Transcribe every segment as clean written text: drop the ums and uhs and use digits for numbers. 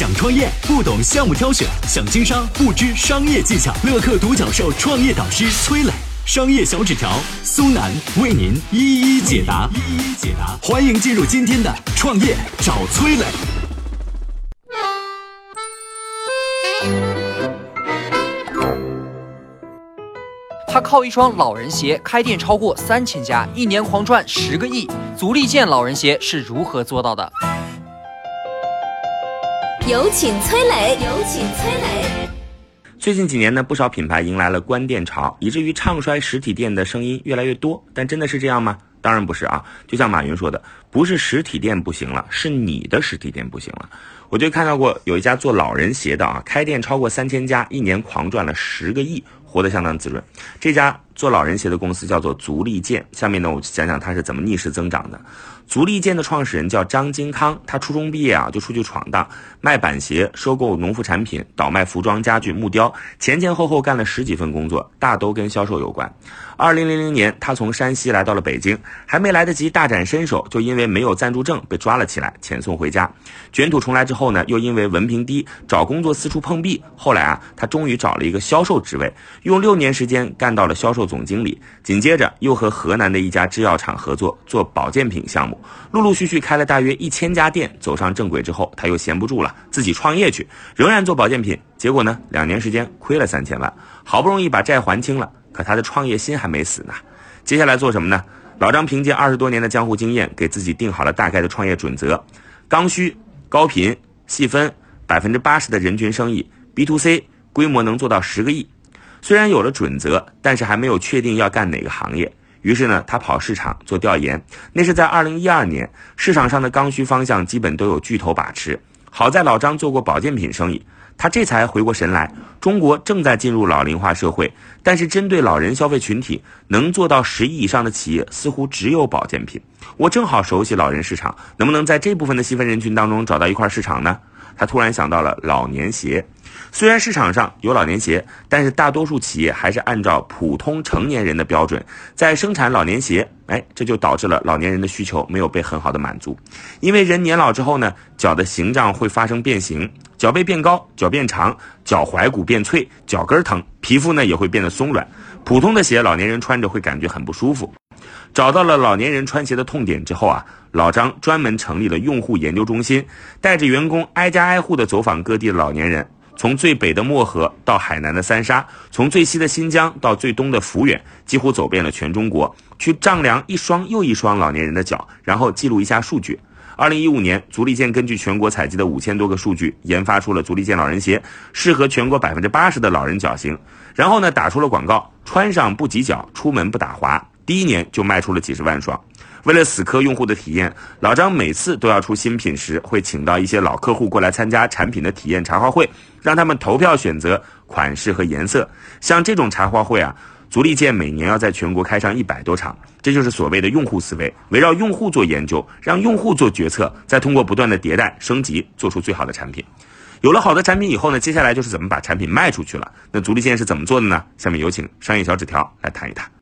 想创业不懂项目挑选，想经商不知商业技巧，乐客独角兽创业导师崔磊，商业小纸条苏南为您一一解答。欢迎进入今天的创业找崔磊。 他靠一双老人鞋开店超过3000家，一年狂赚10个亿。足力健老人鞋是如何做到的？ 有请崔磊。 最近几年呢，不少品牌迎来了关店潮，以至于唱衰实体店的声音越来越多。但真的是这样吗？当然不是啊！就像马云说的，不是实体店不行了，是你的实体店不行了。我就看到过有一家做老人鞋的开店超过3000家，一年狂赚了10个亿，活得相当滋润。这家做老人鞋的公司叫做足力健，下面呢我讲讲它是怎么逆势增长的。足力健的创始人叫张金康，他初中毕业就出去闯荡，卖板鞋，收购农副产品，倒卖服装家具、木雕，前后干了10几份工作，大都跟销售有关。2000年他从山西来到了北京，还没来得及大展身手，就因为没有暂住证被抓了起来，遣送回家。卷土重来之后呢，又因为文凭低，找工作四处碰壁。后来他终于找了一个销售职位，用6年时间干到了销售总经理。紧接着又和河南的一家制药厂合作，做保健品项目，陆陆续续开了大约1000家店。走上正轨之后，他又闲不住了，自己创业去，仍然做保健品。结果呢，2年时间亏了3000万，好不容易把债还清了，可他的创业心还没死呢。接下来做什么呢？老张凭借20多年的江湖经验，给自己定好了大概的创业准则：刚需、高频、细分，80%的人群生意 ，B2C， 规模能做到10个亿。虽然有了准则，但是还没有确定要干哪个行业。于是呢，他跑市场做调研，那是在2012年，市场上的刚需方向基本都有巨头把持。好在老张做过保健品生意，他这才回过神来，中国正在进入老龄化社会，但是针对老人消费群体能做到10亿以上的企业似乎只有保健品。我正好熟悉老人市场，能不能在这部分的细分人群当中找到一块市场呢？他突然想到了老年鞋。虽然市场上有老年鞋，但是大多数企业还是按照普通成年人的标准在生产老年鞋，这就导致了老年人的需求没有被很好的满足。因为人年老之后呢，脚的形状会发生变形，脚背变高，脚变长，脚踝骨变脆，脚跟疼，皮肤呢也会变得松软。普通的鞋老年人穿着会感觉很不舒服。找到了老年人穿鞋的痛点之后老张专门成立了用户研究中心，带着员工挨家挨户的走访各地的老年人，从最北的漠河到海南的三沙，从最西的新疆到最东的抚远，几乎走遍了全中国，去丈量一双又一双老年人的脚，然后记录一下数据。2015年，足力健根据全国采集的5000多个数据，研发出了足力健老人鞋，适合全国80%的老人脚型。然后呢，打出了广告，穿上不挤脚，出门不打滑。第1年就卖出了几十万双。为了死磕用户的体验，老张每次都要出新品时，会请到一些老客户过来参加产品的体验茶话会，让他们投票选择款式和颜色。像这种茶话会足力健每年要在全国开上100多场，这就是所谓的用户思维，围绕用户做研究，让用户做决策，再通过不断的迭代升级，做出最好的产品。有了好的产品以后呢，接下来就是怎么把产品卖出去了。那足力健是怎么做的呢？下面有请商业小纸条来谈一谈。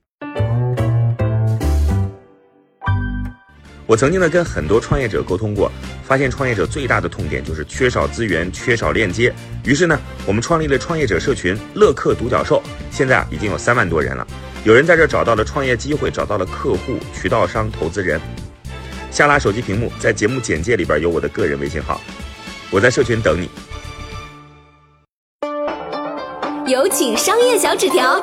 我曾经呢跟很多创业者沟通过，发现创业者最大的痛点就是缺少资源，缺少链接。于是呢，我们创立了创业者社群乐客独角兽，现在已经有3万多人了。有人在这找到了创业机会，找到了客户、渠道商、投资人。下拉手机屏幕，在节目简介里边有我的个人微信号，我在社群等你。 有请商业小纸条，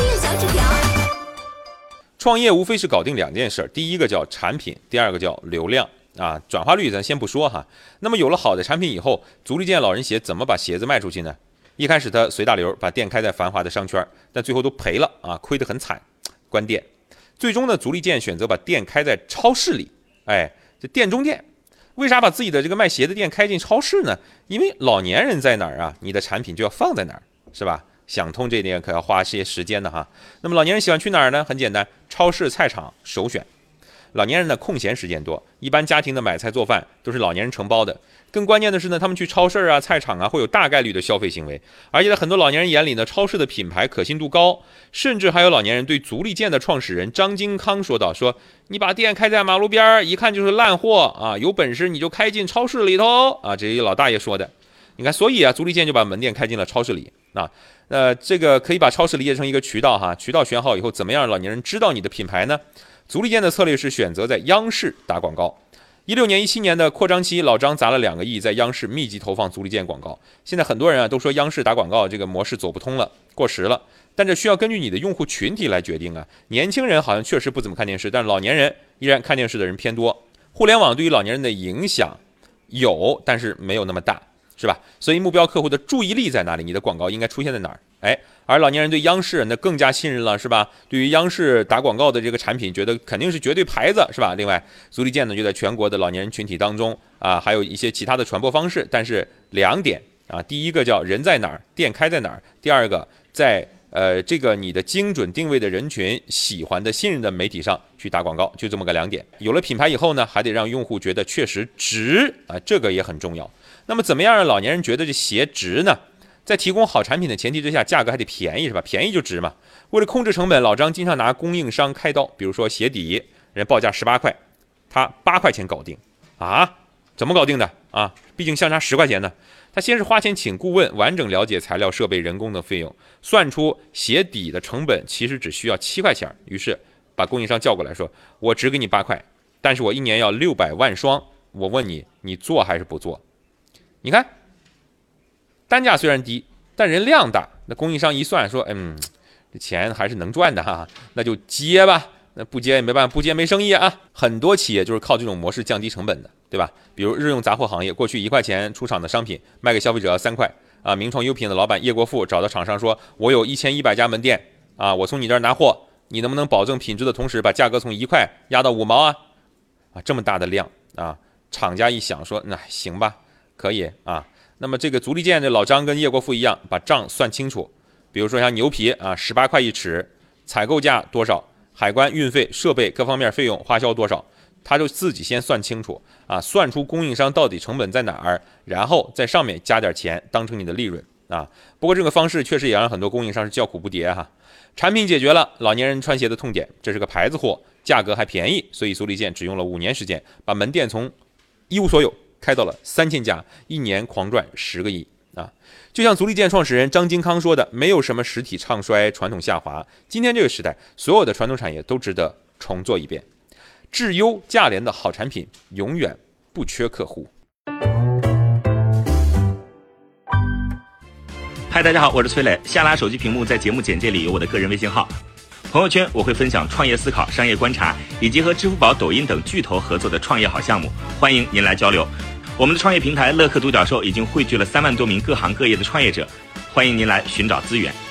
创业无非是搞定2件事，第一个叫产品，第二个叫流量转化率咱先不说哈。那么有了好的产品以后，足力健老人鞋怎么把鞋子卖出去呢？一开始他随大流，把店开在繁华的商圈，但最后都赔了亏得很惨，关店。最终呢，足力健选择把店开在超市里，这店中店。为啥把自己的这个卖鞋的店开进超市呢？因为老年人在哪儿你的产品就要放在哪儿，是吧？想通这点可要花些时间的哈。那么老年人喜欢去哪儿呢？很简单，超市、菜场首选。老年人的空闲时间多，一般家庭的买菜做饭都是老年人承包的。更关键的是呢，他们去超市菜场会有大概率的消费行为。而且在很多老年人眼里呢，超市的品牌可信度高，甚至还有老年人对足力健的创始人张金康说道：说你把店开在马路边，一看就是烂货有本事你就开进超市里头这一老大爷说的。 你看，所以啊，足力健就把门店开进了超市里啊。这个可以把超市理解成一个渠道哈，渠道选好以后，怎么样让老年人知道你的品牌呢？足力健的策略是选择在央视打广告。16年、17年的扩张期，老张砸了2个亿在央视密集投放足力健广告。现在很多人啊都说央视打广告这个模式走不通了，过时了。但这需要根据你的用户群体来决定啊。年轻人好像确实不怎么看电视，但是老年人依然看电视的人偏多。互联网对于老年人的影响有，但是没有那么大，是吧？所以目标客户的注意力在哪里，你的广告应该出现在哪儿？而老年人对央视那更加信任了，是吧？对于央视打广告的这个产品，觉得肯定是绝对牌子，是吧？另外，足力健呢就在全国的老年人群体当中啊，还有一些其他的传播方式，但是2点啊，第一个叫人在哪儿，店开在哪儿；第二个在这个你的精准定位的人群喜欢的信任的媒体上去打广告，就这么个2点。有了品牌以后呢，还得让用户觉得确实值啊，这个也很重要。那么怎么样让老年人觉得这鞋值呢？在提供好产品的前提之下，价格还得便宜，是吧？便宜就值嘛。为了控制成本，老张经常拿供应商开刀，比如说鞋底，人报价18块，他8块钱搞定啊？怎么搞定的啊？毕竟相差10块钱呢。他先是花钱请顾问，完整了解材料、设备、人工的费用，算出鞋底的成本其实只需要7块钱。于是把供应商叫过来说：“我只给你8块，但是我1年要600万双。我问你，你做还是不做？”你看，单价虽然低，但人量大。那供应商一算说：“这钱还是能赚的哈，那就接吧。那不接也没办法，不接没生意啊。”很多企业就是靠这种模式降低成本的，对吧？比如日用杂货行业，过去1块钱出厂的商品卖给消费者要3块啊。名创优品的老板叶国富找到厂商说：“我有1100家门店啊，我从你这儿拿货，你能不能保证品质的同时把价格从1块压到5毛啊？”这么大的量啊，厂家一想说：“那行吧，可以啊。”那么这个足力健的老张跟叶国富一样，把账算清楚。比如说像牛皮啊，18块1尺，采购价多少？海关、运费、设备各方面费用花销多少？他就自己先算清楚啊，算出供应商到底成本在哪儿，然后在上面加点钱当成你的利润啊。不过这个方式确实也让很多供应商是叫苦不迭哈。产品解决了老年人穿鞋的痛点，这是个牌子货，价格还便宜，所以足力健只用了5年时间，把门店从一无所有开到了3000家，1年狂赚10个亿啊！就像足力健创始人张金康说的，没有什么实体唱衰，传统下滑。今天这个时代，所有的传统产业都值得重做一遍。质优价廉的好产品永远不缺客户。 嗨，大家好，我是崔磊。下拉手机屏幕，在节目简介里有我的个人微信号。朋友圈我会分享创业思考、商业观察，以及和支付宝、抖音等巨头合作的创业好项目，欢迎您来交流。我们的创业平台乐客独角兽已经汇聚了3万多名各行各业的创业者，欢迎您来寻找资源。